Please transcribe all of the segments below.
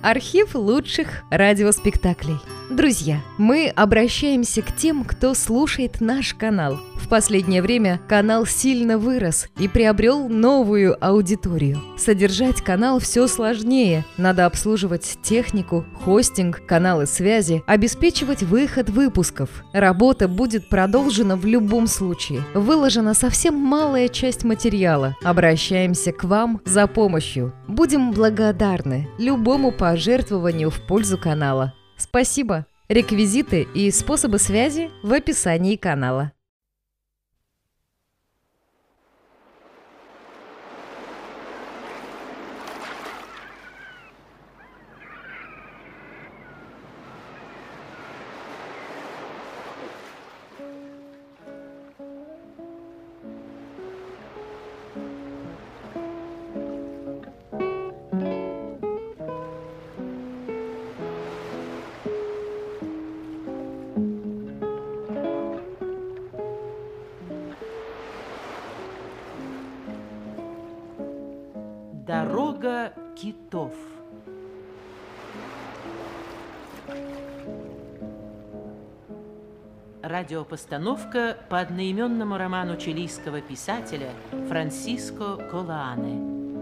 Архив лучших радиоспектаклей. Друзья, мы обращаемся к тем, кто слушает наш канал. В последнее время канал сильно вырос и приобрел новую аудиторию. Содержать канал все сложнее. Надо обслуживать технику, хостинг, каналы связи, обеспечивать выход выпусков. Работа будет продолжена в любом случае. Выложена совсем малая часть материала. Обращаемся к вам за помощью. Будем благодарны любому пожертвованию в пользу канала. Спасибо! Реквизиты и способы связи в описании канала. Дорога китов. Радиопостановка по одноименному роману чилийского писателя Франсиско Колаане.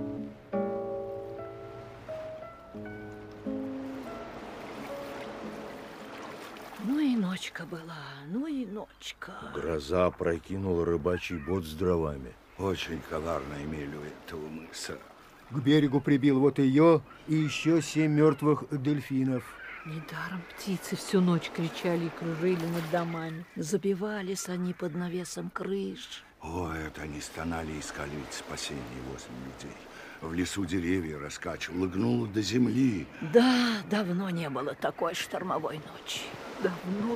Ну и ночка была, ну и ночка. Гроза опрокинула рыбачий бот с дровами. Очень коварно имели у этого мыса. К берегу прибил вот ее и еще 7 мертвых дельфинов. Недаром птицы всю ночь кричали и кружили над домами. Забивались они под навесом крыш. О, это они стонали и искали ведь спасения возле людей. В лесу деревья раскачивало, гнуло до земли. Да, давно не было такой штормовой ночи. Давно.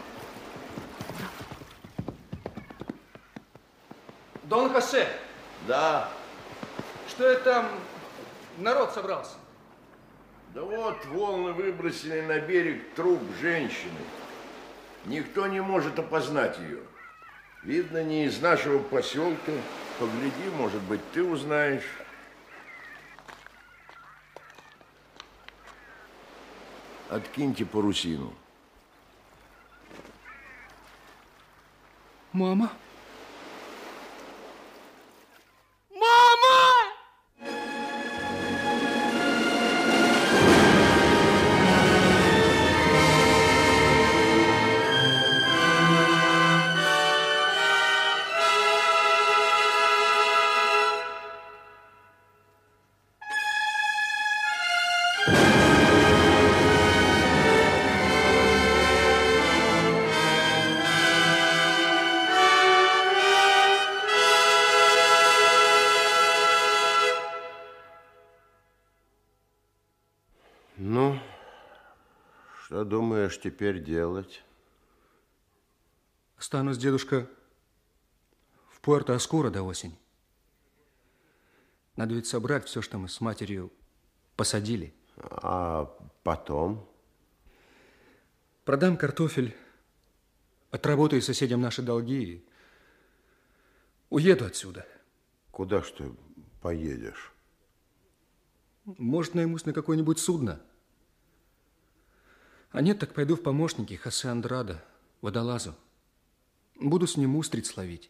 Дон Хосе! Да. Что это там народ собрался? Да вот волны выбросили на берег труп женщины. Никто не может опознать ее. Видно, не из нашего поселка. Погляди, может быть, ты узнаешь. Откиньте парусину. Мама? Ну, что думаешь теперь делать? Останусь, дедушка, в Пуэрто-Оскуро до осени. Надо ведь собрать все, что мы с матерью посадили. А потом? Продам картофель, отработаю соседям наши долги и уеду отсюда. Куда ж ты поедешь? Может, наймусь на какое-нибудь судно. А нет, так пойду в помощники Хосе Андрадо, водолазу. Буду с ним устриц ловить.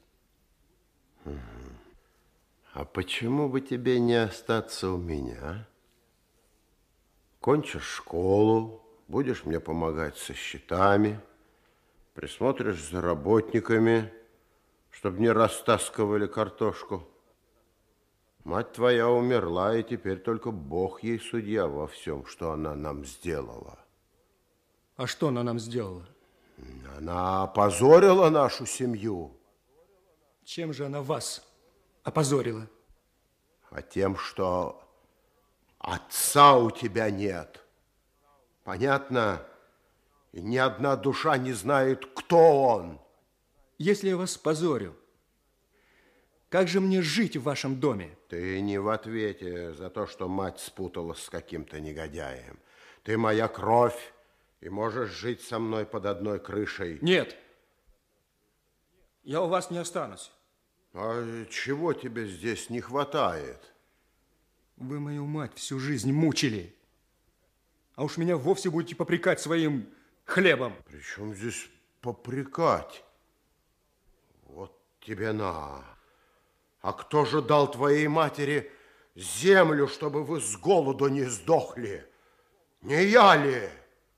А почему бы тебе не остаться у меня? Кончишь школу, будешь мне помогать со счетами, присмотришь за работниками, чтобы не растаскивали картошку. Мать твоя умерла, и теперь только Бог ей судья во всем, что она нам сделала. А что она нам сделала? Она опозорила нашу семью. Чем же она вас опозорила? А тем, что отца у тебя нет. Понятно? И ни одна душа не знает, кто он. Если я вас позорю, как же мне жить в вашем доме? Ты не в ответе за то, что мать спуталась с каким-то негодяем. Ты моя кровь и можешь жить со мной под одной крышей. Нет, я у вас не останусь. А чего тебе здесь не хватает? Вы мою мать всю жизнь мучили. А уж меня вовсе будете попрекать своим хлебом. При чем здесь попрекать? Вот тебе на. А кто же дал твоей матери землю, чтобы вы с голоду не сдохли? Не я ли?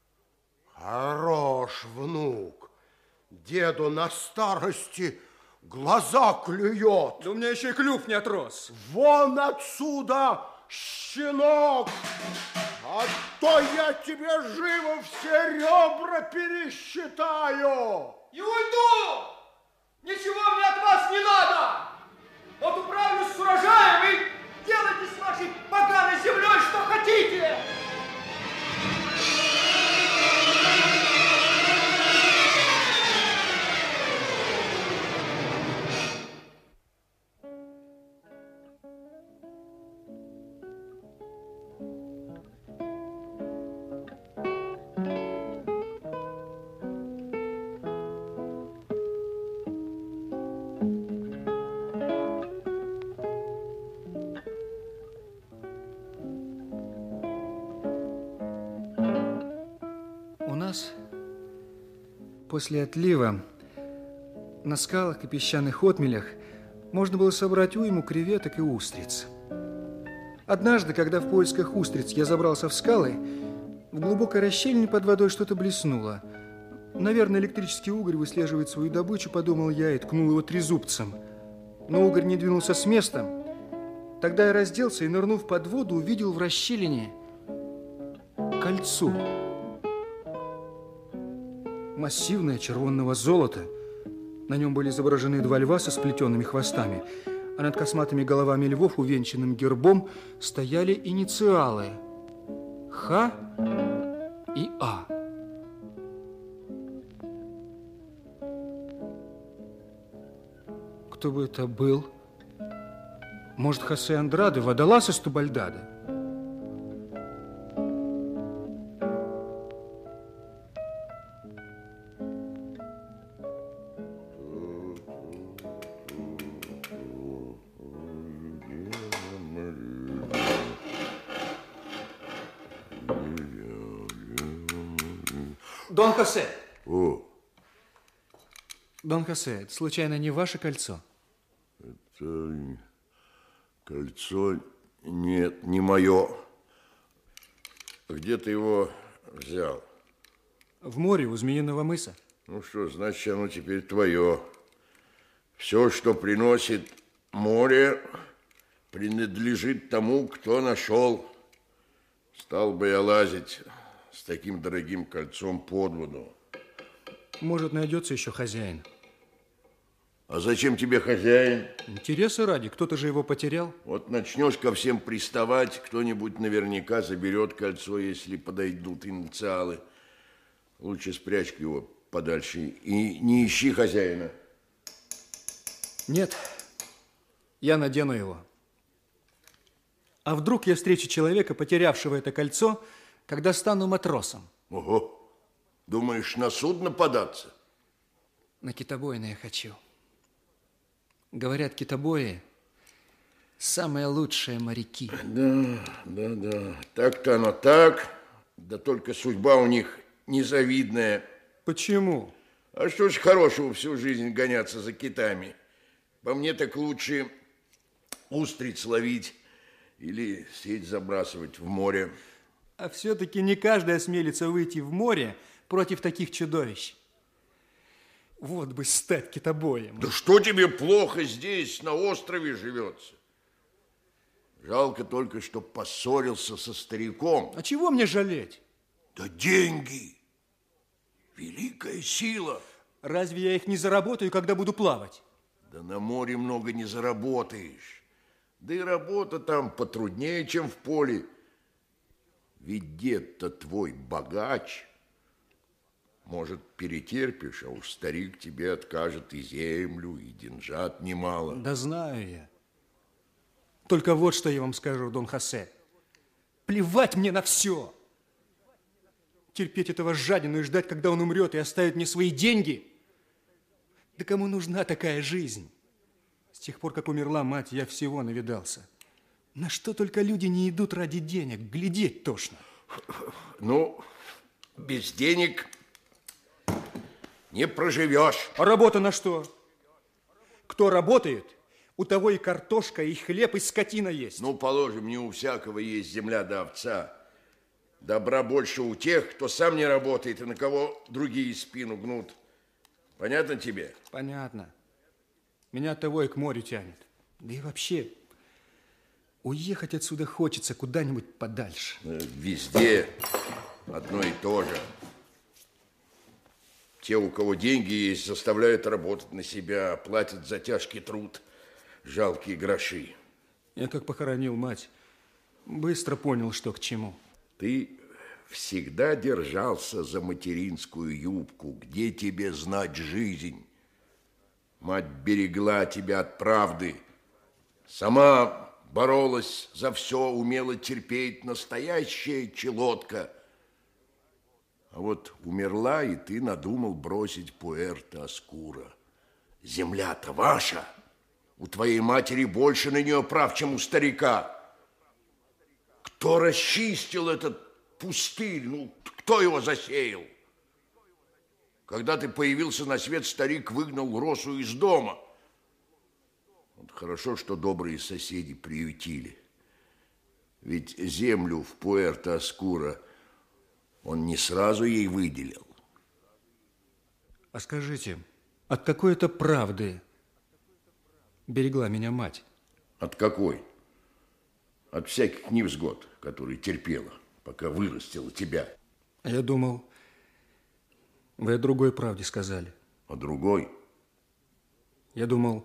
Хорош, внук. Деду на старости глаза клюет. Да у меня еще и клюв не отрос. Вон отсюда, щенок! А то я тебе живо все ребра пересчитаю! И уйду! Ничего мне от вас не надо! Вот управлюсь с урожаем и делайте с вашей поганой землей что хотите! После отлива на скалах и песчаных отмелях можно было собрать уйму креветок и устриц. Однажды, когда в поисках устриц я забрался в скалы, в глубокой расщелине под водой что-то блеснуло. Наверное, электрический угорь выслеживает свою добычу, подумал я, и ткнул его трезубцем. Но угорь не двинулся с места. Тогда я разделся и, нырнув под воду, увидел в расщелине кольцо. Массивное, червонного золота. На нем были изображены два льва со сплетенными хвостами, а над косматыми головами львов, увенчанным гербом, стояли инициалы Х и А. Кто бы это был? Может, Хосе Андраде, водолаз из Тубальдада? Дон Хосе! О! Дон Хосе, это случайно не ваше кольцо? Это кольцо... Нет, не мое. Где ты его взял? В море у Змеиного мыса. Ну что, значит, оно теперь твое. Все, что приносит море, принадлежит тому, кто нашел. Стал бы я лазить с таким дорогим кольцом под воду. Может, найдется еще хозяин. А зачем тебе хозяин? Интереса ради, кто-то же его потерял. Вот начнешь ко всем приставать, кто-нибудь наверняка заберет кольцо, если подойдут инициалы. Лучше спрячь его подальше и не ищи хозяина. Нет, я надену его. А вдруг я встречу человека, потерявшего это кольцо, когда стану матросом? Ого! Думаешь, на судно податься? На китобойное хочу. Говорят, китобои самые лучшие моряки. Да. Так-то оно так. Да только судьба у них незавидная. Почему? А что ж хорошего всю жизнь гоняться за китами? По мне так лучше устриц ловить или сеть забрасывать в море. А все-таки не каждый осмелится выйти в море против таких чудовищ. Вот бы стать китобоем. Да что тебе плохо здесь, на острове живется? Жалко только, что поссорился со стариком. А чего мне жалеть? Да деньги. Великая сила. Разве я их не заработаю, когда буду плавать? Да на море много не заработаешь. Да и работа там потруднее, чем в поле. Ведь дед-то твой богач. Может, перетерпишь, а уж старик тебе откажет и землю, и деньжат немало. Да знаю я. Только вот что я вам скажу, Дон Хосе. Плевать мне на все. Терпеть этого жадину и ждать, когда он умрет и оставит мне свои деньги. Да кому нужна такая жизнь? С тех пор, как умерла мать, я всего навидался. На что только люди не идут ради денег, глядеть тошно. Ну, без денег не проживешь. А работа на что? Кто работает, у того и картошка, и хлеб, и скотина есть. Ну, положим, не у всякого есть земля да овца. Добра больше у тех, кто сам не работает, и на кого другие спину гнут. Понятно тебе? Понятно. Меня от того и к морю тянет. Да и вообще, уехать отсюда хочется куда-нибудь подальше. Везде одно и то же. Те, у кого деньги есть, заставляют работать на себя, платят за тяжкий труд жалкие гроши. Я как похоронил мать, быстро понял, что к чему. Ты всегда держался за материнскую юбку. Где тебе знать жизнь? Мать берегла тебя от правды. Сама боролась за все, умела терпеть, настоящая челотка. А вот умерла, и ты надумал бросить Пуэрто-Оскуро. Земля-то ваша. У твоей матери больше на нее прав, чем у старика. Кто расчистил этот пустырь? Ну, кто его засеял? Когда ты появился на свет, старик выгнал Росу из дома. Вот хорошо, что добрые соседи приютили. Ведь землю в Пуэрто-Оскуро он не сразу ей выделил. А скажите, от какой-то правды берегла меня мать? От какой? От всяких невзгод, которые терпела, пока вырастила тебя. А я думал, вы о другой правде сказали. А другой? Я думал,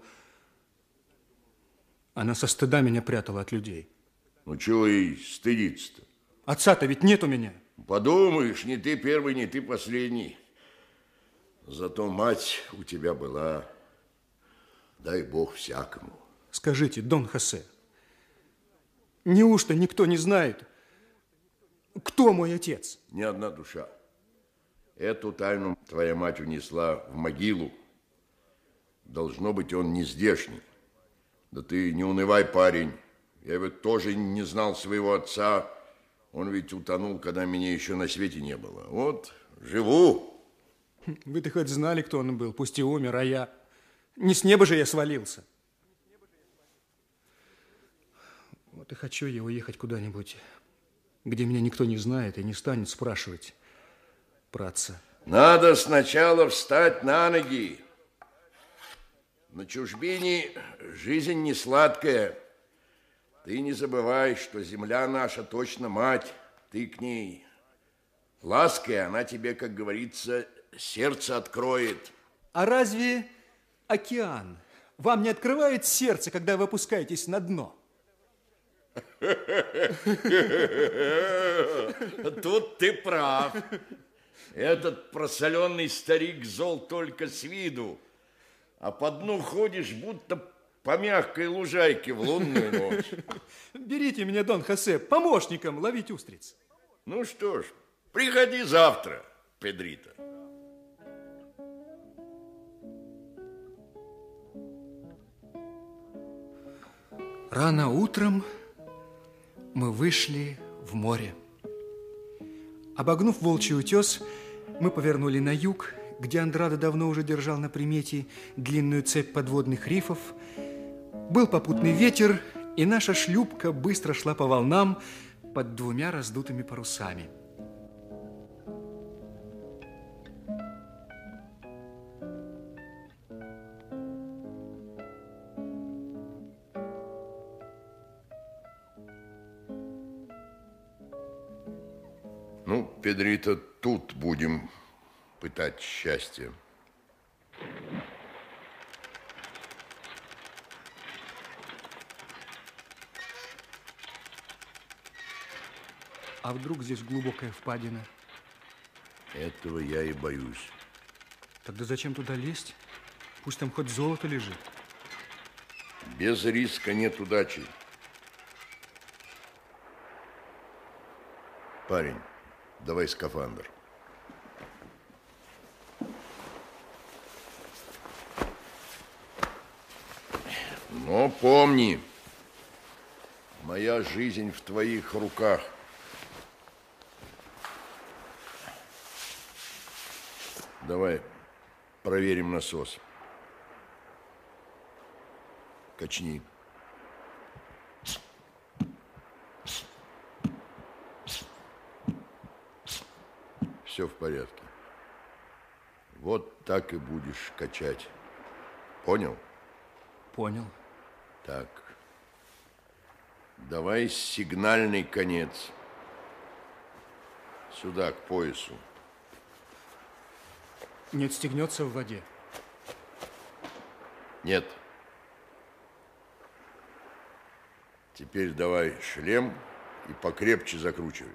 она со стыда меня прятала от людей. Ну, чего ей стыдиться-то? Отца-то ведь нет у меня. Подумаешь, не ты первый, не ты последний. Зато мать у тебя была, дай бог всякому. Скажите, Дон Хосе, неужто никто не знает, кто мой отец? Ни одна душа. Эту тайну твоя мать унесла в могилу. Должно быть, он не здешний. Да ты не унывай, парень. Я ведь тоже не знал своего отца. Он ведь утонул, когда меня еще на свете не было. Вот, живу. Вы-то хоть знали, кто он был, пусть и умер, а я... Не с неба же я свалился. Вот и хочу я уехать куда-нибудь, где меня никто не знает и не станет спрашивать про отца. Надо сначала встать на ноги. На чужбине жизнь не сладкая. Ты не забывай, что земля наша точно мать. Ты к ней лаской, она тебе, как говорится, сердце откроет. А разве океан вам не открывает сердце, когда вы опускаетесь на дно? Тут ты прав. Этот просоленный старик зол только с виду, а по дну ходишь, будто по мягкой лужайке в лунную ночь. Берите меня, Дон Хосе, помощником ловить устриц. Ну что ж, приходи завтра, Педрита. Рано утром мы вышли в море. Обогнув Волчий утес, мы повернули на юг, где Андрадо давно уже держал на примете длинную цепь подводных рифов. Был попутный ветер, и наша шлюпка быстро шла по волнам под двумя раздутыми парусами. Ну, Педрита, тут будем пытать счастье. А вдруг здесь глубокая впадина? Этого я и боюсь. Тогда зачем туда лезть? Пусть там хоть золото лежит. Без риска нет удачи. Парень, давай скафандр. Но помни, моя жизнь в твоих руках. Давай проверим насос. Качни. Все в порядке. Вот так и будешь качать. Понял? Понял. Так. Давай сигнальный конец. Сюда, к поясу. Не отстегнется в воде? Нет. Теперь давай шлем и покрепче закручивай.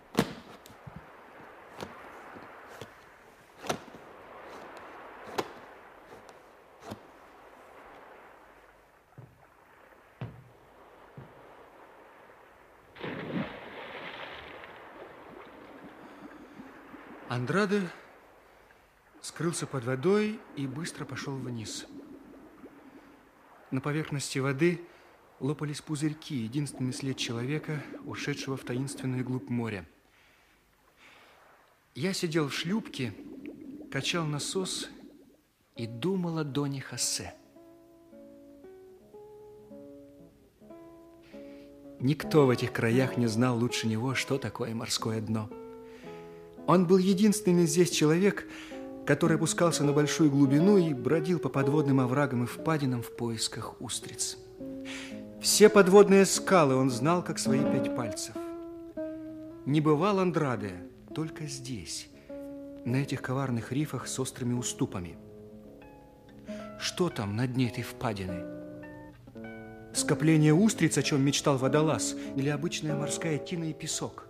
Андраде скрылся под водой и быстро пошел вниз. На поверхности воды лопались пузырьки, единственный след человека, ушедшего в таинственную глубь моря. Я сидел в шлюпке, качал насос и думал о Доне Хосе. Никто в этих краях не знал лучше него, что такое морское дно. Он был единственный здесь человек, который опускался на большую глубину и бродил по подводным оврагам и впадинам в поисках устриц. Все подводные скалы он знал, как свои 5 пальцев. Не бывал Андраде только здесь, на этих коварных рифах с острыми уступами. Что там на дне этой впадины? Скопление устриц, о чем мечтал водолаз, или обычная морская тина и песок?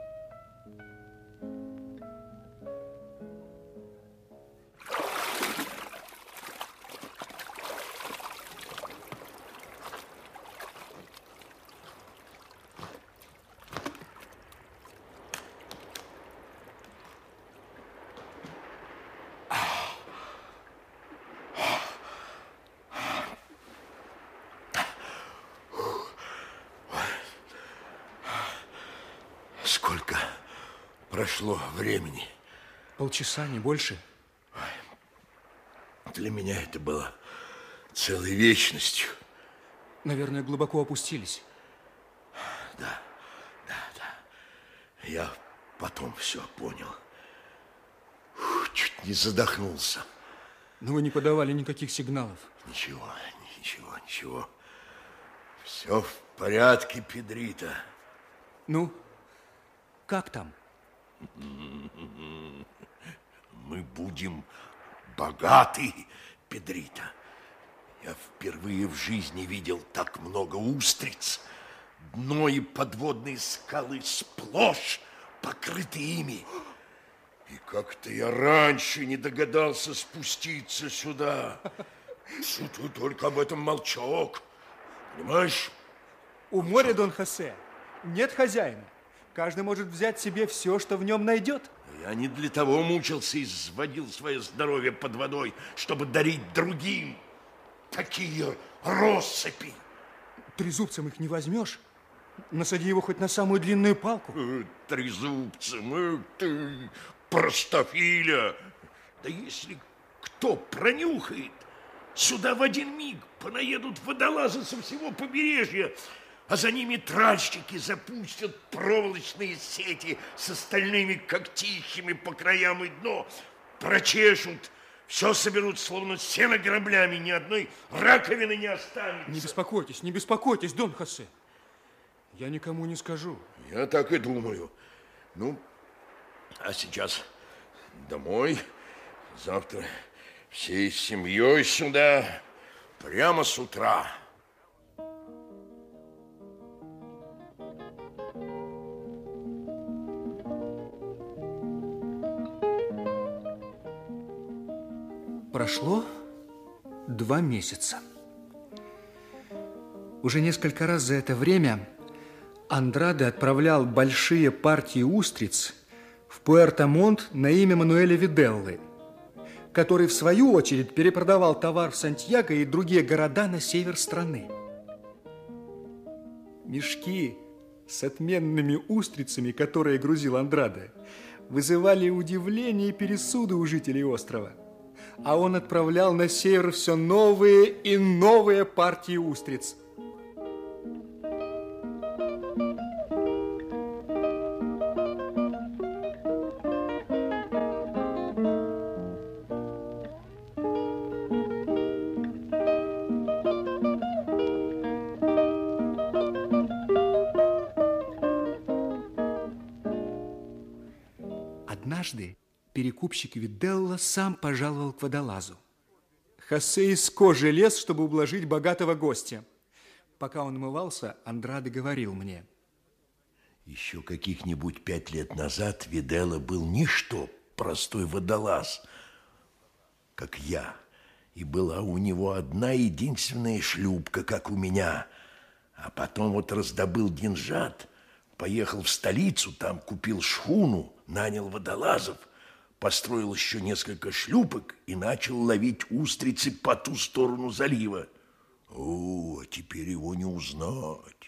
Сколько прошло времени? Полчаса, не больше. Для меня это было целой вечностью. Наверное, глубоко опустились. Да. Я потом все понял. Чуть не задохнулся. Но вы не подавали никаких сигналов. Ничего. Все в порядке, Педрита. Ну, как там? Мы будем богаты, Педрита. Я впервые в жизни видел так много устриц. Дно и подводные скалы сплошь покрыты ими. И как-то я раньше не догадался спуститься сюда. Ты только об этом молчок. Понимаешь? У моря, Дон Хосе, нет хозяина. Каждый может взять себе все, что в нем найдет. Я не для того мучился и изводил свое здоровье под водой, чтобы дарить другим такие россыпи. Трезубцем их не возьмешь. Насади его хоть на самую длинную палку. Трезубцем, ты простофиля. Да если кто пронюхает, сюда в один миг понаедут водолазы со всего побережья, а за ними тральщики запустят проволочные сети с остальными когтищами по краям и дно, прочешут, все соберут, словно сено граблями, ни одной раковины не останется. Не беспокойтесь, Дон Хосе. Я никому не скажу. Я так и думаю. Ну, а сейчас домой, завтра всей семьей сюда, прямо с утра. Прошло 2 месяца. Уже несколько раз за это время Андраде отправлял большие партии устриц в Пуэрто-Монт на имя Мануэля Виделлы, который, в свою очередь, перепродавал товар в Сантьяго и другие города на север страны. Мешки с отменными устрицами, которые грузил Андраде, вызывали удивление и пересуды у жителей острова. а он отправлял на север все новые и новые партии устриц. Однажды перекупщик Виделла сам пожаловал к водолазу. Хосе из кожи лез, чтобы ублажить богатого гостя. Пока он умывался, Андраде говорил мне: еще каких-нибудь 5 лет назад Виделла был ничто, простой водолаз, как я. И была у него одна единственная шлюпка, как у меня. А потом вот раздобыл деньжат, поехал в столицу, там купил шхуну, нанял водолазов, построил еще несколько шлюпок и начал ловить устрицы по ту сторону залива. О, а теперь его не узнать.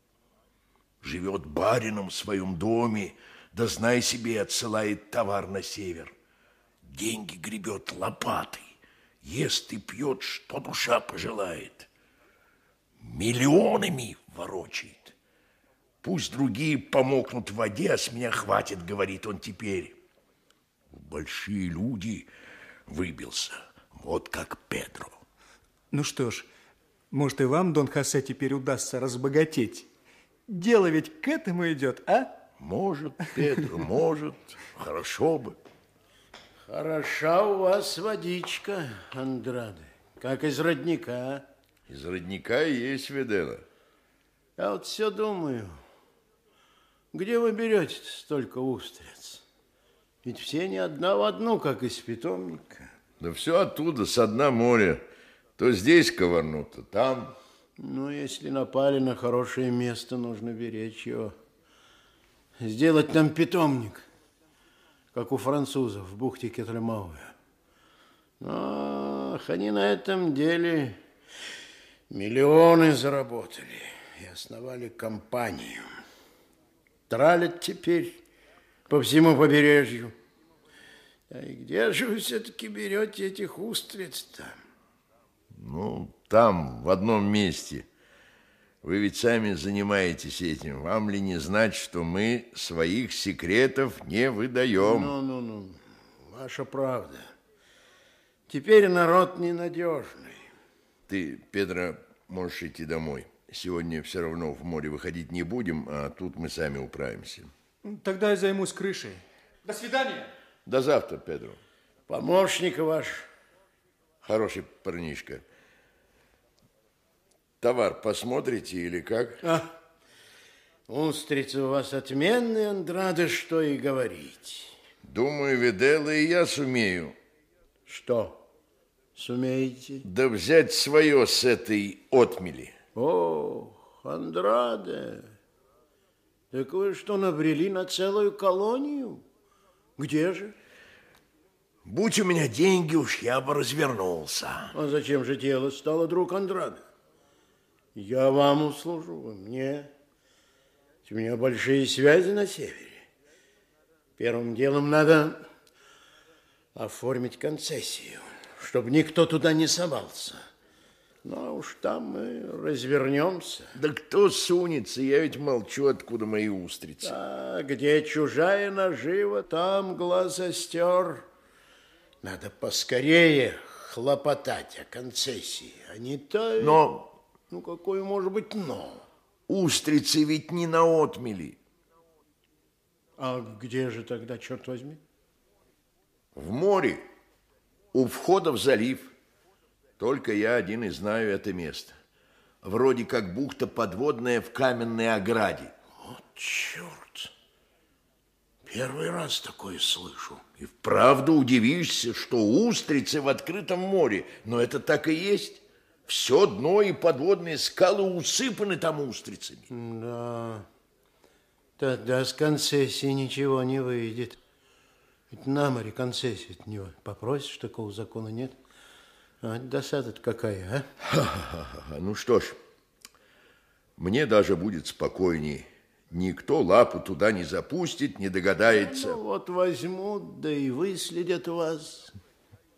Живет барином в своем доме, да, знай себе, отсылает товар на север. Деньги гребет лопатой, ест и пьет, что душа пожелает. Миллионами ворочает. Пусть другие помокнут в воде, а с меня хватит, говорит он теперь. В большие люди выбился, вот как Педро. Ну что ж, может и вам, Дон Хосе, теперь удастся разбогатеть. Дело ведь к этому идет, а? Может, Педро, может. Хорошо бы. Хороша у вас водичка, Андраде, как из родника. Из родника и есть, Виделла. Я вот все думаю, где вы берете столько устриц? Ведь все не одна в одну, как из питомника. Да все оттуда, со дна моря. То здесь ковырнут, то там. Ну, если напали на хорошее место, нужно беречь его. Сделать там питомник, как у французов в бухте Кетлемауэ. Ах, они на этом деле миллионы заработали и основали компанию. Тралят теперь по всему побережью. А и где же вы все-таки берете этих устриц-то? Ну, там, в одном месте. Вы ведь сами занимаетесь этим. Вам ли не знать, что мы своих секретов не выдаем? Ну, ваша правда. Теперь народ ненадежный. Ты, Педро, можешь идти домой. Сегодня все равно в море выходить не будем, а тут мы сами управимся. Тогда я займусь крышей. До свидания. До завтра, Педро. Помощник ваш. Хороший парнишка. Товар посмотрите или как? Устрицы у вас отменные, Андраде, что и говорить. Думаю, Виделла и я сумею. Что? Сумеете? Да взять свое с этой отмели. Ох, Андраде, так вы что, набрели на целую колонию? Где же? Будь у меня деньги, уж я бы развернулся. А зачем же дело стало, друг Андраде? Я вам услужу, вы мне. У меня большие связи на севере. Первым делом надо оформить концессию, чтобы никто туда не совался. Ну, а уж там мы развернемся. Да кто сунется? Я ведь молчу, откуда мои устрицы. А где чужая нажива, там глаз остер. Надо поскорее хлопотать о концессии, а не то... Но... Ну, какое может быть но? Устрицы ведь не на отмели. А где же тогда, черт возьми? В море, у входа в залив. Только я один и знаю это место. Вроде как бухта подводная в каменной ограде. Вот черт! Первый раз такое слышу. И вправду удивишься, что устрицы в открытом море. Но это так и есть. Все дно и подводные скалы усыпаны там устрицами. Да, тогда с концессии ничего не выйдет. Ведь на море концессию не попросишь, такого закона нет. А досада-то какая, а? Ну что ж, мне даже будет спокойней. Никто лапу туда не запустит, не догадается. Ну вот возьмут, да и выследят вас.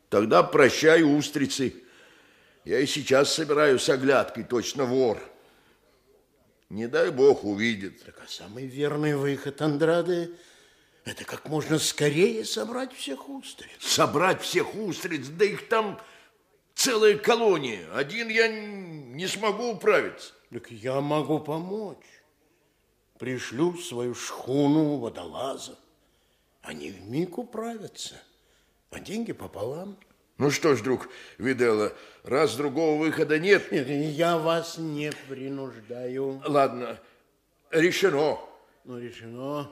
Тогда прощай устрицы. Я и сейчас собираю с оглядкой, точно вор. Не дай бог увидит. Так, а самый верный выход, Андраде, это как можно скорее собрать всех устриц. Собрать всех устриц, да их там целая колония. Один я не смогу управиться. Так я могу помочь. Пришлю свою шхуну водолаза. Они вмиг управятся, а деньги пополам. Ну что ж, друг Виделла, раз другого выхода нет... Нет, я вас не принуждаю. Ладно, решено. Ну, решено.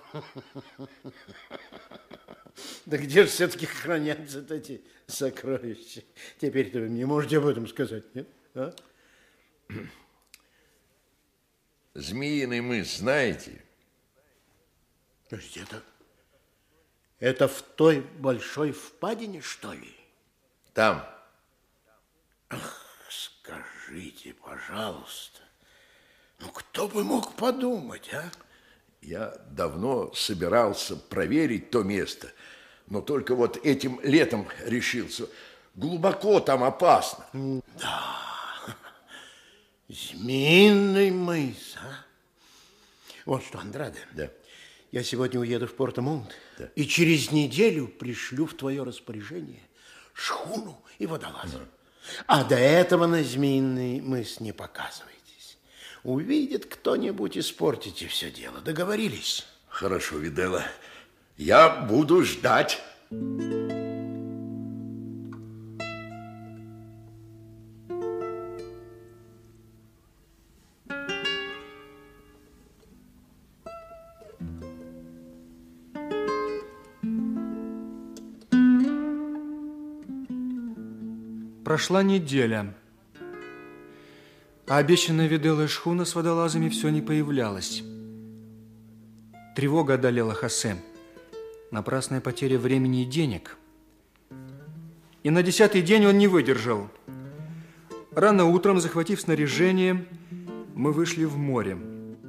Да где же все-таки хранятся эти сокровища? Теперь-то вы мне можете об этом сказать, нет? А? Змеиный мыс, знаете? Подожди, это в той большой впадине, что ли? Там. Ах, скажите, пожалуйста, ну кто бы мог подумать, а? Я давно собирался проверить то место, но только вот этим летом решился. Глубоко там опасно. Да, Змеиный мыс, а? Вот что, Андраде. Да. Я сегодня уеду в Порто-Мунт, да, и через неделю пришлю в твое распоряжение шхуну и водолаза. А до этого на Змеиный мыс не показывайтесь. Увидит кто-нибудь, испортите все дело. Договорились? Хорошо, Виделла. Я буду ждать. Прошла неделя, а обещанная Виделлой шхуна с водолазами все не появлялась. Тревога одолела Хосе. Напрасная потеря времени и денег. И на 10-й день он не выдержал. Рано утром, захватив снаряжение, мы вышли в море.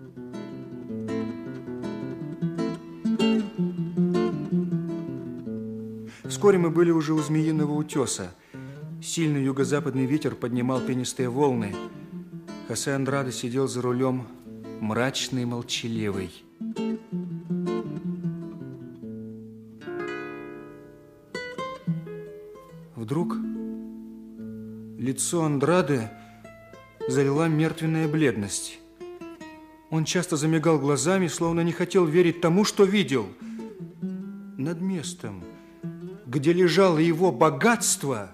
Вскоре мы были уже у Змеиного утеса. Сильный юго-западный ветер поднимал пенистые волны. Хосе Андраде сидел за рулем, мрачный и молчаливый. Вдруг лицо Андраде залила мертвенная бледность. Он часто замигал глазами, словно не хотел верить тому, что видел. Над местом, где лежало его богатство,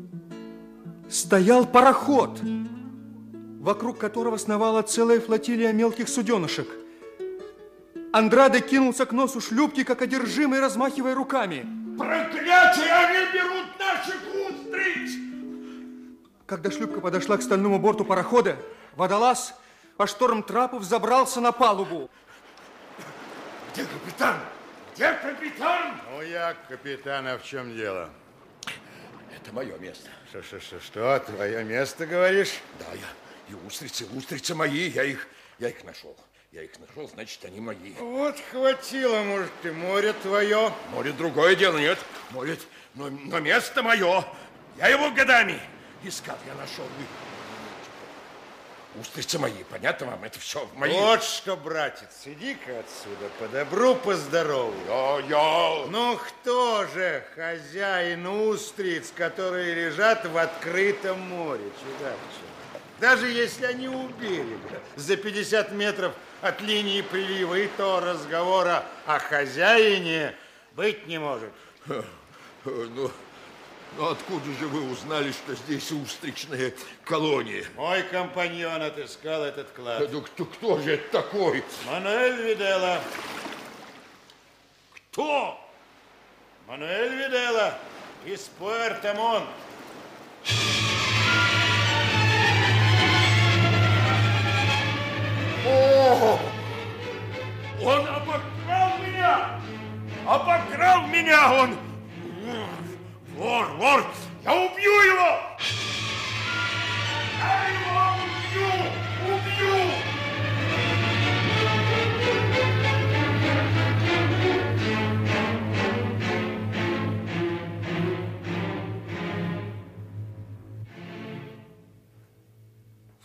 стоял пароход, вокруг которого сновала целая флотилия мелких суденышек. Андраде кинулся к носу шлюпки, как одержимый, размахивая руками. Проклятие! Они берут наших устриц! Когда шлюпка подошла к стальному борту парохода, водолаз по шторм-трапу взобрался на палубу. Где капитан? Где капитан? Ну, я капитан, а в чем дело? Это мое место. Что? Твое место, говоришь? Да, и устрицы мои, я их нашел. Я их нашел, значит, они мои. Вот хватило, может, и море твое. Море другое дело, нет. Море, но место мое. Я его годами искал, я нашел. Устрицы мои, понятно вам? Это все мои. Вот что, братец, иди-ка отсюда, по добру, по здорову. Я. Ну, кто же хозяин устриц, которые лежат в открытом море, чудаче? Даже если они у берега, за 50 метров от линии прилива, и то разговора о хозяине быть не может. Ну, откуда же вы узнали, что здесь устричная колония? Мой компаньон отыскал этот клад. Да кто же это такой? Мануэль Виделла. Кто? Мануэль Виделла из Пуэрто-Монт. О! Он обокрал меня! Обокрал меня он! Вор! Я убью его! Я его убью!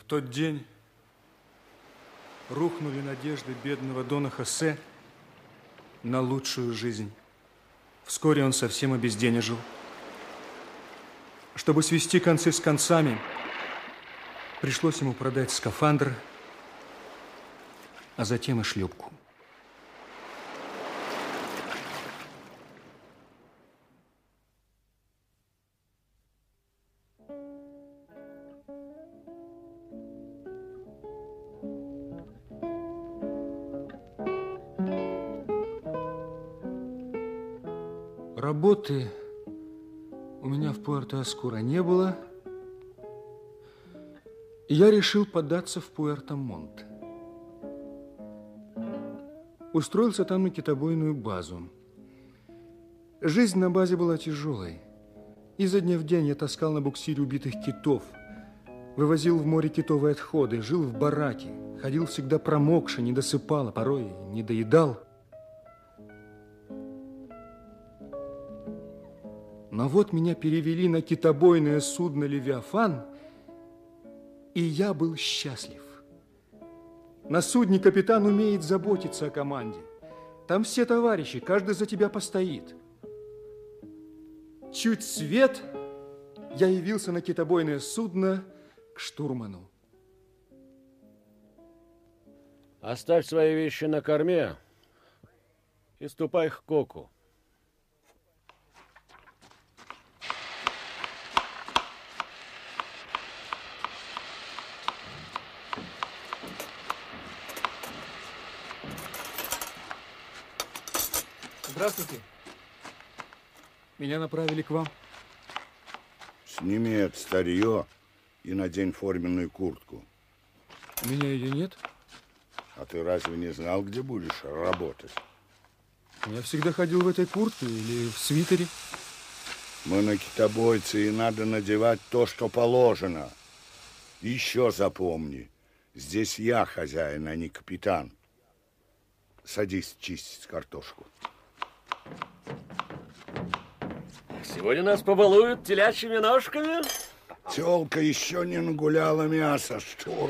В тот день рухнули надежды бедного Дона Хосе на лучшую жизнь. Вскоре он совсем обезденежил. Чтобы свести концы с концами, пришлось ему продать скафандр, а затем и шлюпку. Работы у меня в Пуэрто-Эскуро не было, и я решил податься в Пуэрто-Монт. Устроился там на китобойную базу. Жизнь на базе была тяжелой. Изо дня в день я таскал на буксире убитых китов, вывозил в море китовые отходы, жил в бараке, ходил всегда промокший, не досыпал, а порой не доедал. Но вот меня перевели на китобойное судно «Левиафан», и я был счастлив. На судне капитан умеет заботиться о команде. Там все товарищи, каждый за тебя постоит. Чуть свет, я явился на китобойное судно к штурману. Оставь свои вещи на корме и ступай к Коку. Здравствуйте. Меня направили к вам. Сними это старье и надень форменную куртку. У меня ее нет. А ты разве не знал, где будешь работать? Я всегда ходил в этой куртке или в свитере. Мы на китобойце, и надо надевать то, что положено. И еще запомни, здесь я хозяин, а не капитан. Садись чистить картошку. Сегодня нас побалуют телячьими ножками. Тёлка еще не нагуляла мясо, штурм.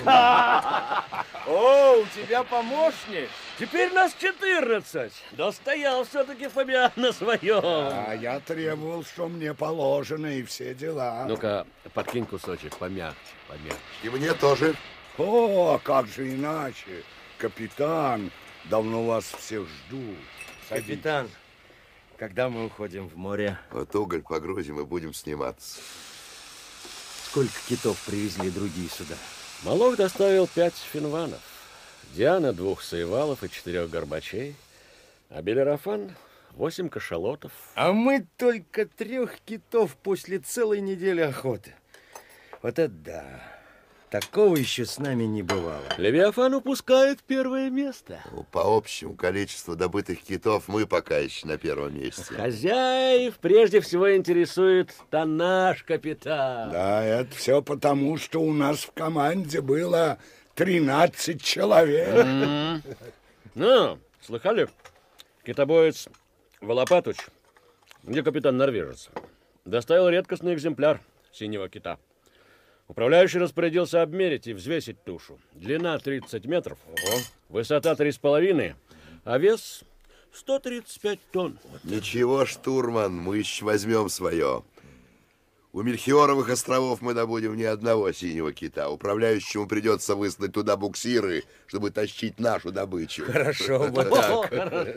О, у тебя помощник. Теперь нас 14. Достоял все-таки Фабиан на своем. А я требовал, что мне положено, и все дела. Ну-ка, подкинь кусочек помягче, помягче. И мне тоже. О, как же иначе? Капитан, давно вас всех жду. Садитесь. Капитан, когда мы уходим в море? Вот уголь погрузим и будем сниматься. Сколько китов привезли другие суда? Малов доставил 5 финванов, Диана 2 саевалов и 4 горбачей, а Белерафан 8 кашалотов. А мы только 3 китов после целой недели охоты. Вот это да. Такого еще с нами не бывало. Левиафан упускает первое место. Ну, по общему количеству добытых китов мы пока еще на первом месте. Хозяев прежде всего интересует тоннаж, капитан. Да, это все потому, что у нас в команде было 13 человек. Ну, слыхали? Китобоец Волопатуч, где капитан норвежец, доставил редкостный экземпляр синего кита. Управляющий распорядился обмерить и взвесить тушу. Длина 30 метров, высота 3,5, а вес 135 тонн. Ничего, штурман, мы еще возьмем свое. У Мельхиоровых островов мы добудем ни одного синего кита. Управляющему придется выслать туда буксиры, чтобы тащить нашу добычу. Хорошо, вот так.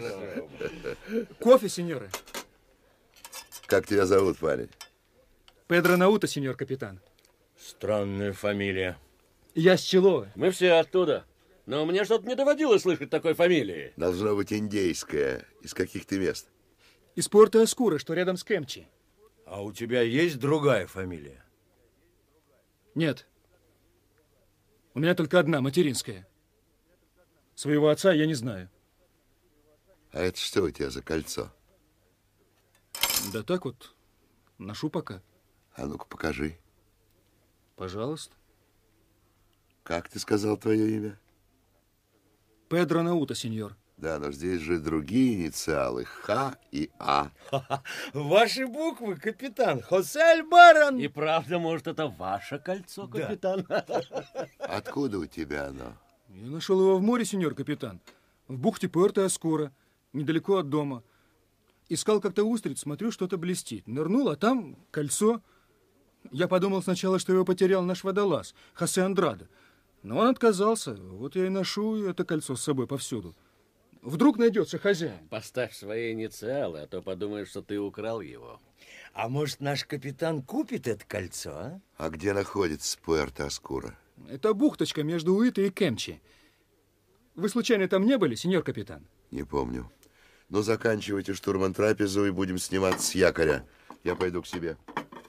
Кофе, сеньоры. Как тебя зовут, парень? Педро Наута, сеньор капитан. Странная фамилия. Я с Человы. Мы все оттуда. Но мне что-то не доводилось слышать такой фамилии. Должно быть индейская. Из каких ты мест? Из Пуэрто-Эскуро, что рядом с Кемчи. А у тебя есть другая фамилия? Нет. У меня только одна, материнская. Своего отца я не знаю. А это что у тебя за кольцо? Да так вот, ношу пока. А ну-ка покажи. Пожалуйста. Как ты сказал твое имя? Педро Наута, сеньор. Да, но здесь же другие инициалы. Х и А. Ваши буквы, капитан. Хосе Альбаран. И правда, может, это ваше кольцо, капитан? Да. Откуда у тебя оно? Я нашел его в море, сеньор капитан. В бухте Пуэрто-Аскура, недалеко от дома. Искал как-то устриц, смотрю, что-то блестит. Нырнул, а там кольцо. Я подумал сначала, что его потерял наш водолаз, Хосе Андрадо. Но он отказался. Вот я и ношу это кольцо с собой повсюду. Вдруг найдется хозяин. Поставь свои инициалы, а то подумаешь, что ты украл его. А может, наш капитан купит это кольцо, а? А где находится Пуэрто-Аскура? Это бухточка между Уита и Кемчи. Вы случайно там не были, сеньор капитан? Не помню. Но заканчивайте, штурман, трапезу, и будем сниматься с якоря. Я пойду к себе.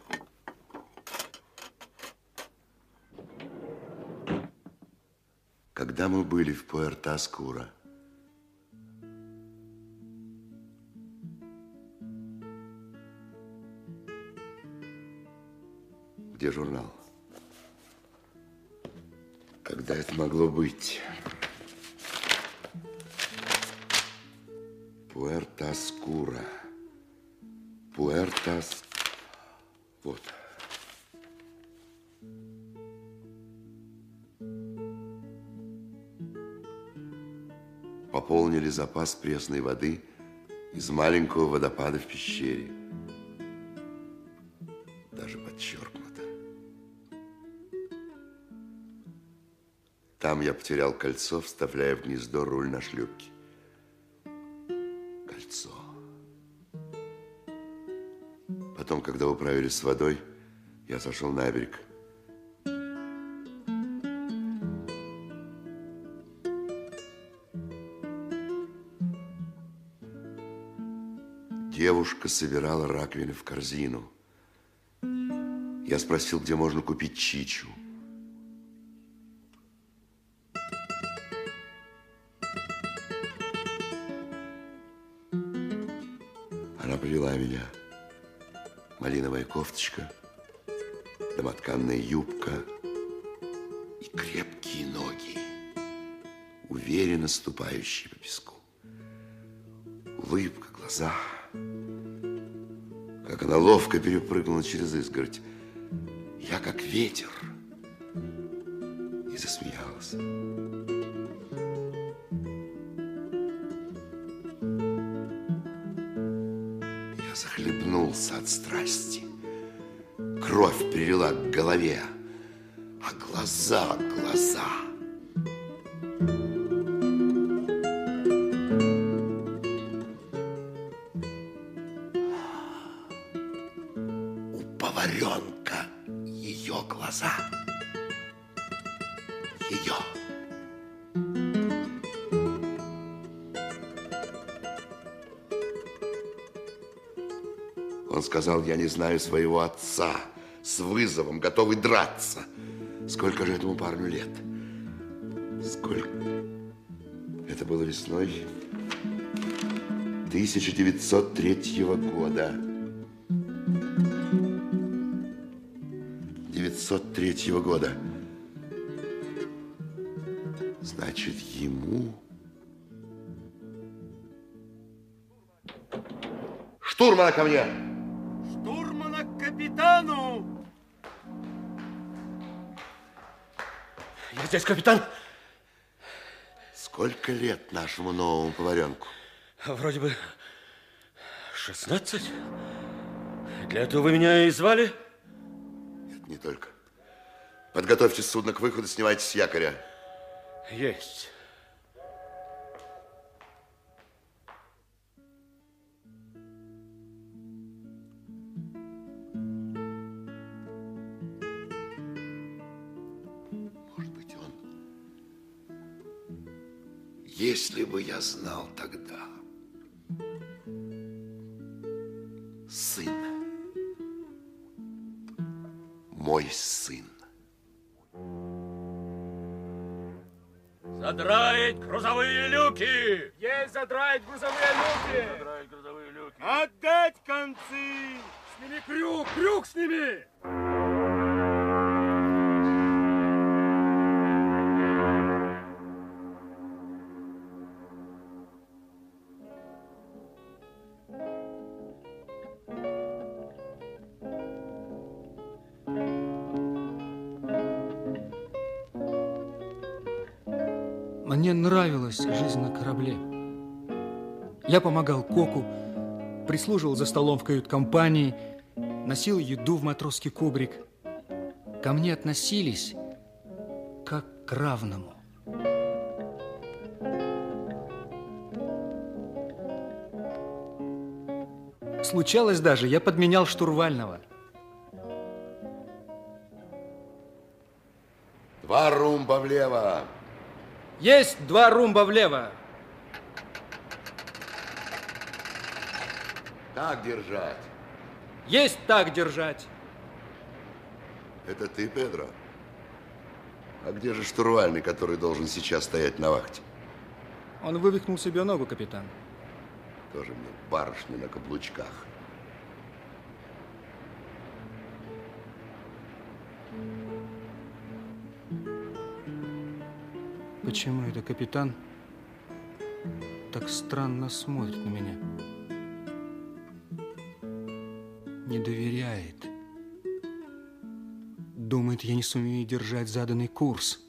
Когда мы были в Пуэрто-Аскура, где журнал? Когда это могло быть? Пуэрто-Аскура. Вот. Пополнили запас пресной воды из маленького водопада в пещере. Даже подчеркнуто. Там я потерял кольцо, вставляя в гнездо руль на шлюпке. Кольцо. Потом, когда управились с водой, я сошел на берег. Девушка собирала раковины в корзину. Я спросил, где можно купить чичу. Она привела меня. Малиновая кофточка, домотканная юбка и крепкие ноги, уверенно ступающие по песку. Улыбка, глаза. Как она ловко перепрыгнула через изгородь. Я как ветер. И засмеялась. Я захлебнулся от страсти. Кровь прилила к голове. А глаза. Поваренка, ее глаза, ее. Он сказал, я не знаю своего отца, с вызовом, готовый драться. Сколько же этому парню лет? Сколько? Это было весной 1903 года. 1903 года. Значит, ему... Штурмана ко мне! Штурмана к капитану! Я здесь, капитан. Сколько лет нашему новому поваренку? Вроде бы 16. Для этого вы меня и звали? Не только. Подготовьте судно к выходу, снимайте с якоря. Есть. Может быть, он... Если бы я знал тогда... Сын. Мой сын. Задраить грузовые люки! Есть задраить грузовые люки! Задраить грузовые люки! Отдать концы! Сними крюк! Крюк сними! Мне нравилась жизнь на корабле. Я помогал коку, прислуживал за столом в кают-компании, носил еду в матросский кубрик. Ко мне относились как к равному. Случалось даже, я подменял штурвального. 2 румба влево. Есть 2 румба влево. Так держать. Есть так держать. Это ты, Педро? А где же штурвальный, который должен сейчас стоять на вахте? Он вывихнул себе ногу, капитан. Тоже мне барышня на каблучках. Почему это капитан так странно смотрит на меня? Не доверяет. Думает, я не сумею держать заданный курс.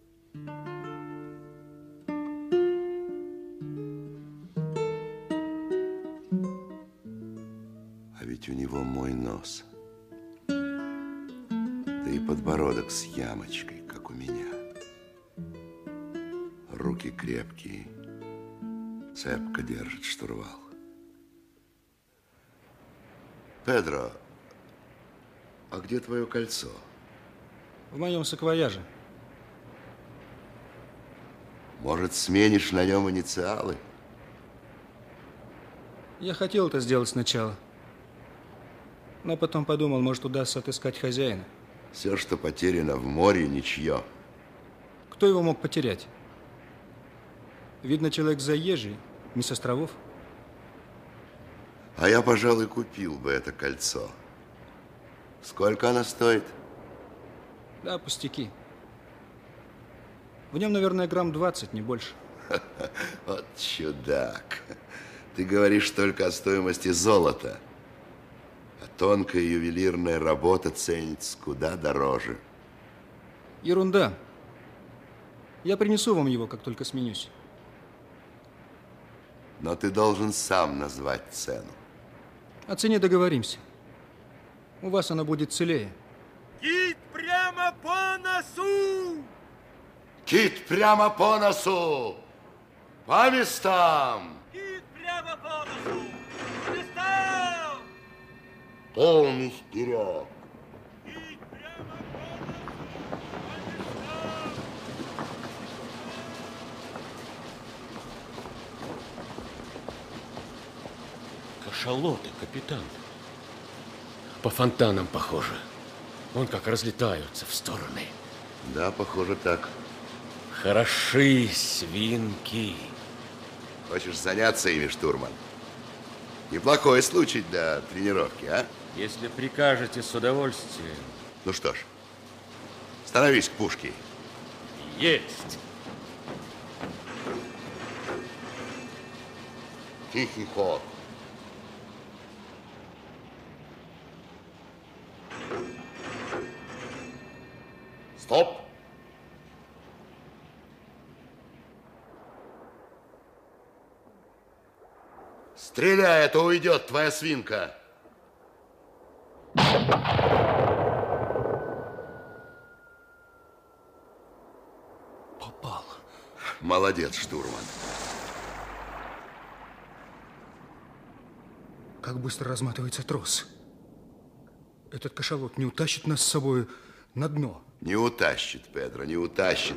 А ведь у него мой нос. Да и подбородок с ямочкой, как у меня. Руки крепкие, цепко держит штурвал. Педро, а где твое кольцо? В моем саквояже. Может, сменишь на нем инициалы? Я хотел это сделать сначала. Но потом подумал, может, удастся отыскать хозяина. Все, что потеряно в море, ничье. Кто его мог потерять? Видно, человек заезжий, не с островов. А я, пожалуй, купил бы это кольцо. Сколько оно стоит? Да, пустяки. В нем, наверное, грамм 20, не больше. Вот чудак. Ты говоришь только о стоимости золота. А тонкая ювелирная работа ценится куда дороже. Ерунда. Я принесу вам его, как только сменюсь. Но ты должен сам назвать цену. О цене договоримся. У вас она будет целее. Кит прямо по носу! Кит прямо по носу! По местам! Кит прямо по носу! По местам! Полный вперед! Кит прямо Кашалоты, капитан. По фонтанам похоже. Вон как разлетаются в стороны. Да, похоже так. Хороши свинки. Хочешь заняться ими, штурман? Неплохой случай для тренировки, а? Если прикажете, с удовольствием. Ну что ж, становись к пушке. Есть. Тихий ход. Стоп! Стреляй, а то уйдет твоя свинка. Попал. Молодец, штурман. Как быстро разматывается трос. Этот кашалот не утащит нас с собой на дно. Не утащит, Педро, не утащит.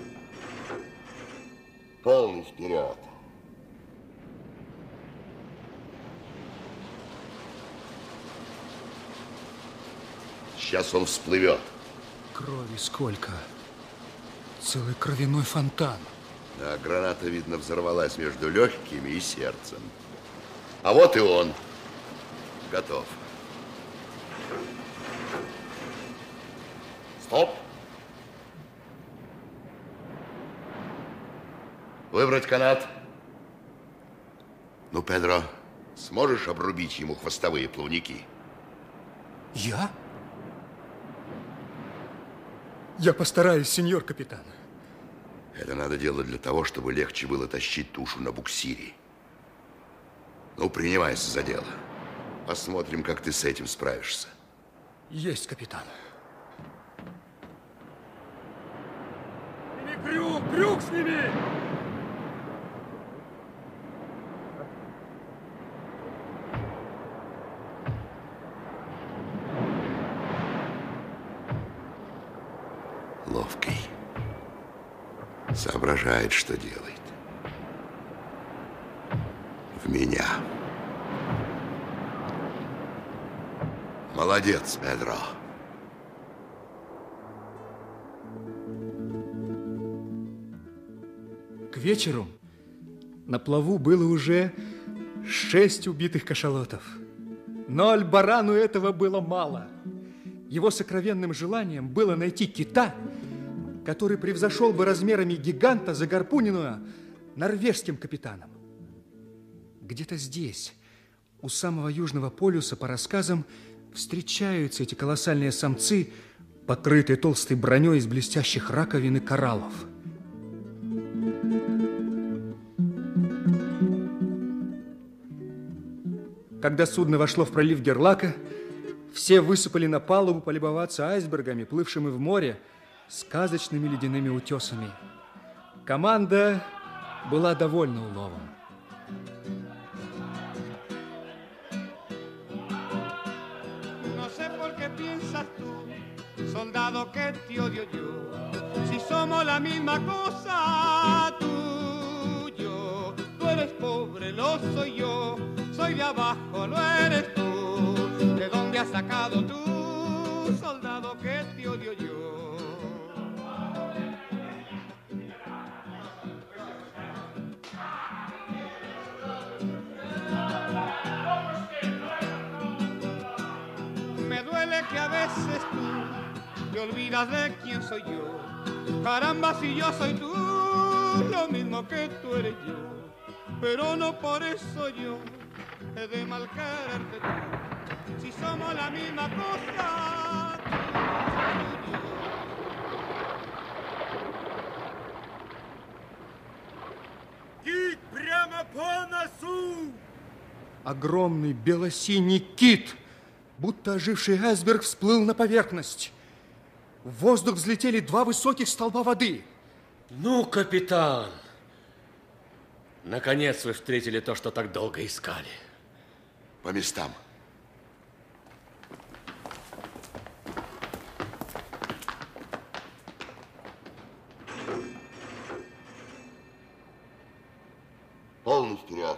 Полный вперед. Сейчас он всплывет. Крови сколько. Целый кровяной фонтан. Да, граната, видно, взорвалась между легкими и сердцем. А вот и он. Готов. Стоп. Выбрать канат. Ну, Педро, сможешь обрубить ему хвостовые плавники? Я? Я постараюсь, сеньор капитан. Это надо делать для того, чтобы легче было тащить тушу на буксире. Ну, принимайся за дело. Посмотрим, как ты с этим справишься. Есть, капитан. Крюк! Крюк сними! Ловкий. Соображает, что делает. В меня. Молодец, Педро. К вечеру на плаву было уже 6 убитых кашалотов. Но Альбарану этого было мало. Его сокровенным желанием было найти кита, который превзошел бы размерами гиганта, загорпуненного норвежским капитаном. Где-то здесь, у самого Южного полюса, по рассказам, встречаются эти колоссальные самцы, покрытые толстой броней из блестящих раковин и кораллов. Когда судно вошло в пролив Герлака, все высыпали на палубу полюбоваться айсбергами, плывшими в море сказочными ледяными утесами. Команда была довольна уловом. Soldado, que te odio yo, si somos la misma cosa, tú y yo. Tú eres pobre, lo soy yo, soy de abajo, lo eres tú. ¿De dónde has sacado tú, soldado, que te odio yo? Me duele que a veces tú te olvidas de quién soy yo. Caramba, si yo soy tú, lo mismo que tú eres yo. Pero no por eso yo he de mal quererte tú. Si somos la misma cosa, tú y yo. Кит прямо по носу! Огромный белосиний кит, будто оживший айсберг, всплыл на поверхность. В воздух взлетели 2 высоких столба воды. Ну, капитан, наконец вы встретили то, что так долго искали. По местам. Полный вперед.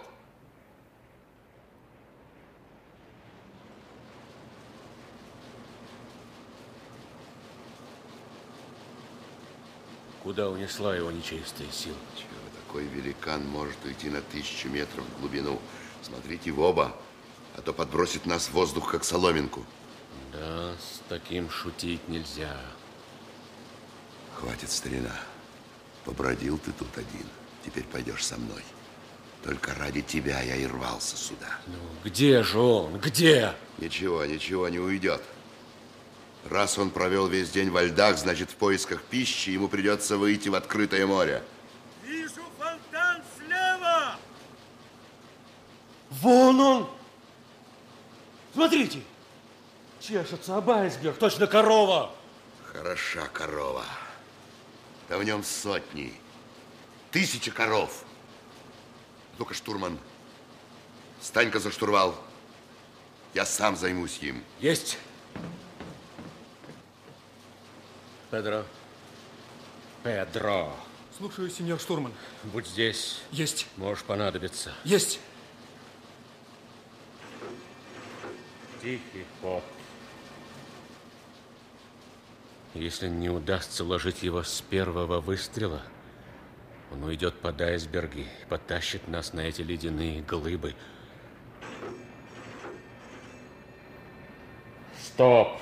Куда унесла его нечистая сила? Чего, такой великан может уйти на 1000 метров в глубину. Смотрите в оба, а то подбросит нас в воздух, как соломинку. Да, с таким шутить нельзя. Хватит, старина. Побродил ты тут один. Теперь пойдешь со мной. Только ради тебя я и рвался сюда. Ну, где же он? Где? Ничего, ничего не уйдет. Раз он провел весь день во льдах, значит, в поисках пищи ему придется выйти в открытое море. Вижу фонтан слева! Вон он! Смотрите! Чешется об айсберг, точно корова! Хороша корова. Да в нем сотни, 1000 коров. Ну-ка, штурман, встань-ка за штурвал. Я сам займусь им. Есть! Педро. Педро. Слушаю, сеньор штурман. Будь здесь. Есть. Можешь понадобиться. Есть. Тихий ход. Если не удастся уложить его с первого выстрела, он уйдет под айсберги и потащит нас на эти ледяные глыбы. Стоп!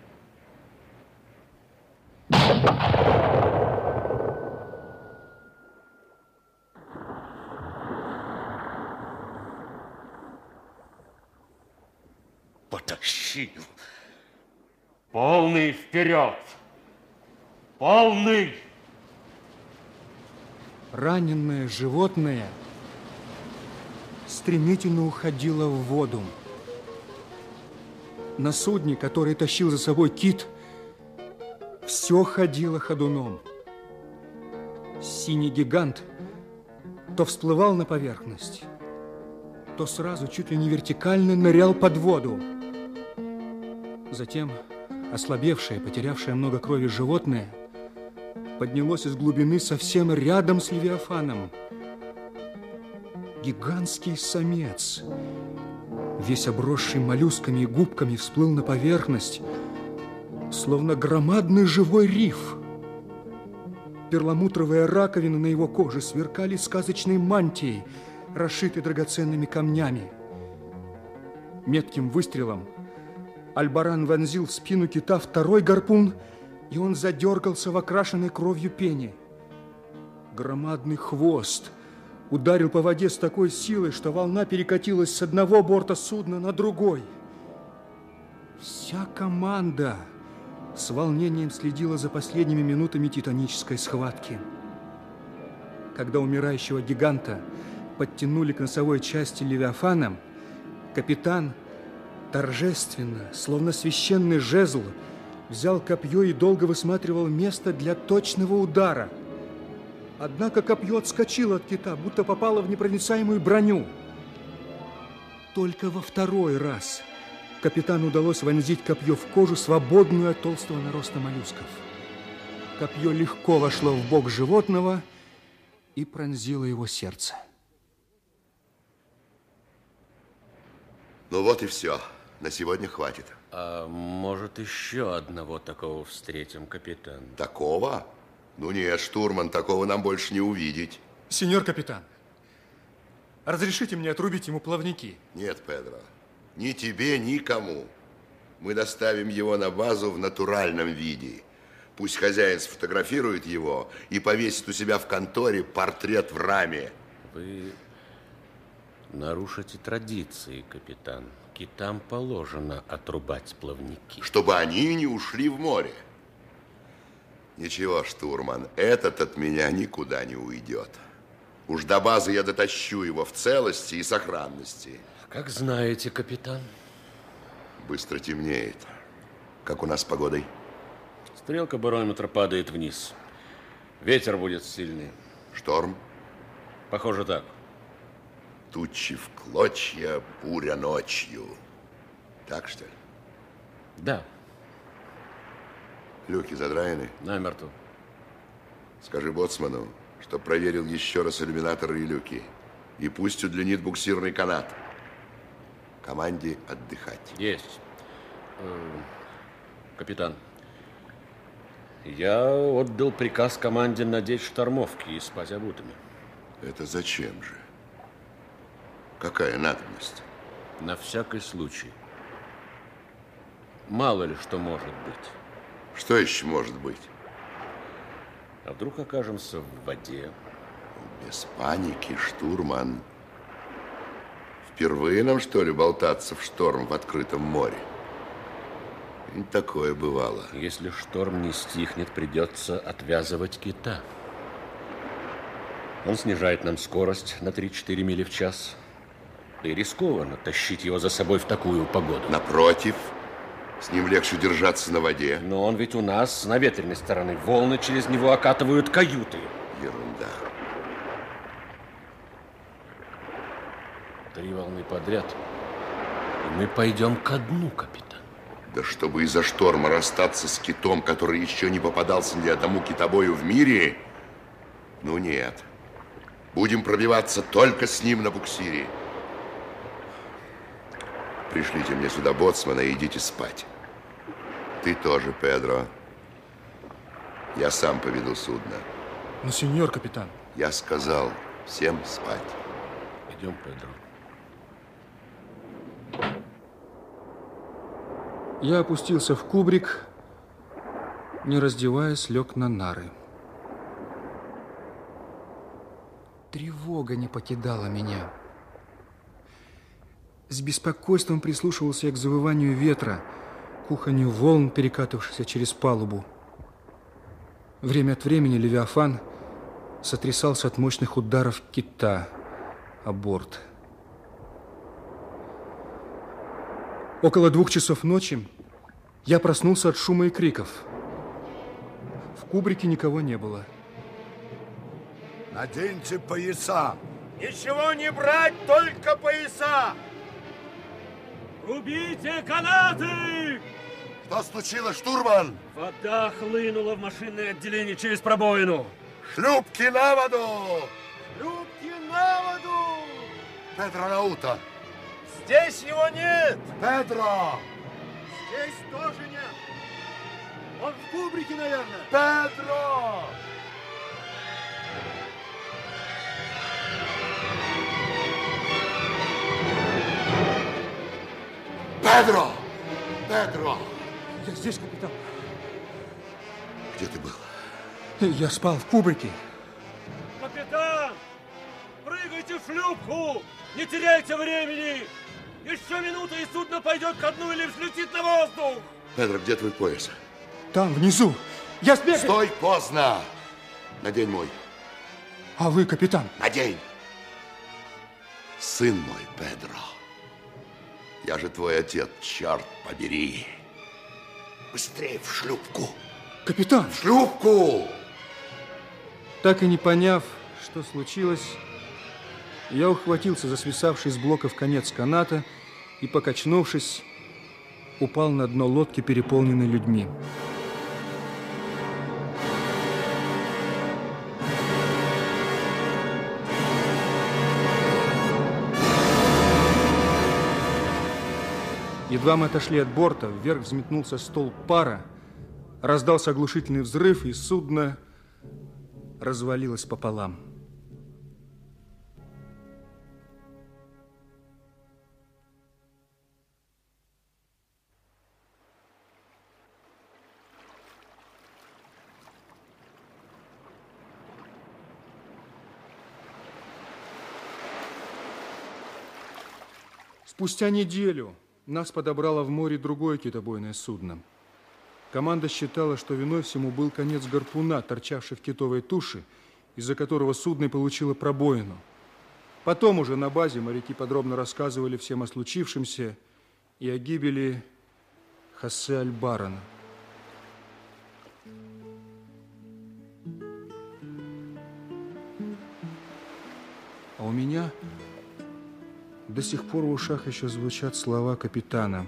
Потащи. Полный вперед. Полный. раненое животное стремительно уходило в воду. На судне, который тащил за собой кит, все ходило ходуном. Синий гигант то всплывал на поверхность, то сразу чуть ли не вертикально нырял под воду. Затем ослабевшее, потерявшее много крови животное поднялось из глубины совсем рядом с Левиафаном. Гигантский самец, весь обросший моллюсками и губками, всплыл на поверхность, словно громадный живой риф. Перламутровые раковины на его коже сверкали сказочной мантией, расшитой драгоценными камнями. Метким выстрелом Альбаран вонзил в спину кита второй гарпун, и он задергался в окрашенной кровью пене. Громадный хвост ударил по воде с такой силой, что волна перекатилась с одного борта судна на другой. Вся команда с волнением следила за последними минутами титанической схватки. Когда умирающего гиганта подтянули к носовой части Левиафана, капитан торжественно, словно священный жезл, взял копье и долго высматривал место для точного удара. Однако копье отскочило от кита, будто попало в непроницаемую броню. Только во второй раз капитану удалось вонзить копье в кожу, свободную от толстого нароста моллюсков. Копье легко вошло в бок животного и пронзило его сердце. Ну вот и все. На сегодня хватит. А может, еще одного такого встретим, капитан? Такого? Ну нет, штурман, такого нам больше не увидеть. Сеньор капитан, разрешите мне отрубить ему плавники? Нет, Педро, ни тебе, никому. Мы доставим его на базу в натуральном виде. Пусть хозяин сфотографирует его и повесит у себя в конторе портрет в раме. Вы нарушите традиции, капитан. Китам положено отрубать плавники. Чтобы они не ушли в море. Ничего, штурман, этот от меня никуда не уйдет. Уж до базы я дотащу его в целости и сохранности. Как знаете, капитан. Быстро темнеет. Как у нас с погодой? Стрелка барометра падает вниз. Ветер будет сильный. Шторм? Похоже, так. Тучи в клочья, буря ночью. Так, что ли? Да. Люки задраены? Намертво. Скажи боцману, что проверил еще раз иллюминаторы и люки. И пусть удлинит буксирный канат. Команде отдыхать. Есть. Капитан, я отдал приказ команде надеть штормовки и спать обутыми. Это зачем же? Какая надобность? На всякий случай. Мало ли что может быть. Что еще может быть? А вдруг окажемся в воде? Без паники, штурман. Впервые нам, что ли, болтаться в шторм в открытом море? И такое бывало. Если шторм не стихнет, придется отвязывать кита. Он снижает нам скорость на 3-4 мили в час. Да и рискованно тащить его за собой в такую погоду. Напротив, с ним легче держаться на воде. Но он ведь у нас с наветренной стороны. Волны через него окатывают каюты. Ерунда. 3 волны подряд, и мы пойдем ко дну, капитан. Да чтобы из-за шторма расстаться с китом, который еще не попадался ни одному китобою в мире? Ну нет. Будем пробиваться только с ним на буксире. Пришлите мне сюда боцмана и идите спать. Ты тоже, Педро. Я сам поведу судно. Ну, сеньор капитан. Я сказал всем спать. Идем, Педро. Я опустился в кубрик, не раздеваясь, лег на нары. Тревога не покидала меня. С беспокойством прислушивался я к завыванию ветра, к уханью волн, перекатывавшихся через палубу. Время от времени Левиафан сотрясался от мощных ударов кита о борт. Около 2 часов ночи я проснулся от шума и криков. В кубрике никого не было. Наденьте пояса. Ничего не брать, только пояса. Рубите канаты! Что случилось, штурман? Вода хлынула в машинное отделение через пробоину. Шлюпки на воду! Шлюпки на воду! Педро Наута! Здесь его нет! Педро! Здесь тоже нет! Он в кубрике, наверное! Педро! Педро! Педро! Я здесь, капитан. Где ты был? Я спал в кубрике. Капитан! Прыгайте в шлюпку! Не теряйте времени! Еще минута, и судно пойдет ко дну или взлетит на воздух! Педро, где твой пояс? Там, внизу. Я сбегаю. Стой, поздно! Надень мой. А вы, капитан? Надень. Сын мой, Педро. Я же твой отец, черт побери. Быстрее в шлюпку. Капитан! В шлюпку! Так и не поняв, что случилось, я ухватился за свисавший с блоков конец каната и, покачнувшись, упал на дно лодки, переполненной людьми. Едва мы отошли от борта, вверх взметнулся столб пара, раздался оглушительный взрыв, и судно развалилось пополам. Спустя неделю нас подобрало в море другое китобойное судно. Команда считала, что виной всему был конец гарпуна, торчавший в китовой туше, из-за которого судно и получило пробоину. Потом уже на базе моряки подробно рассказывали всем о случившемся и о гибели Хосе Альбарана. А у меня до сих пор в ушах еще звучат слова капитана.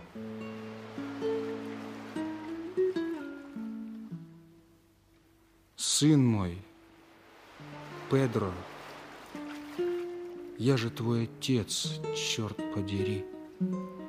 Сын мой, Педро, я же твой отец, черт подери.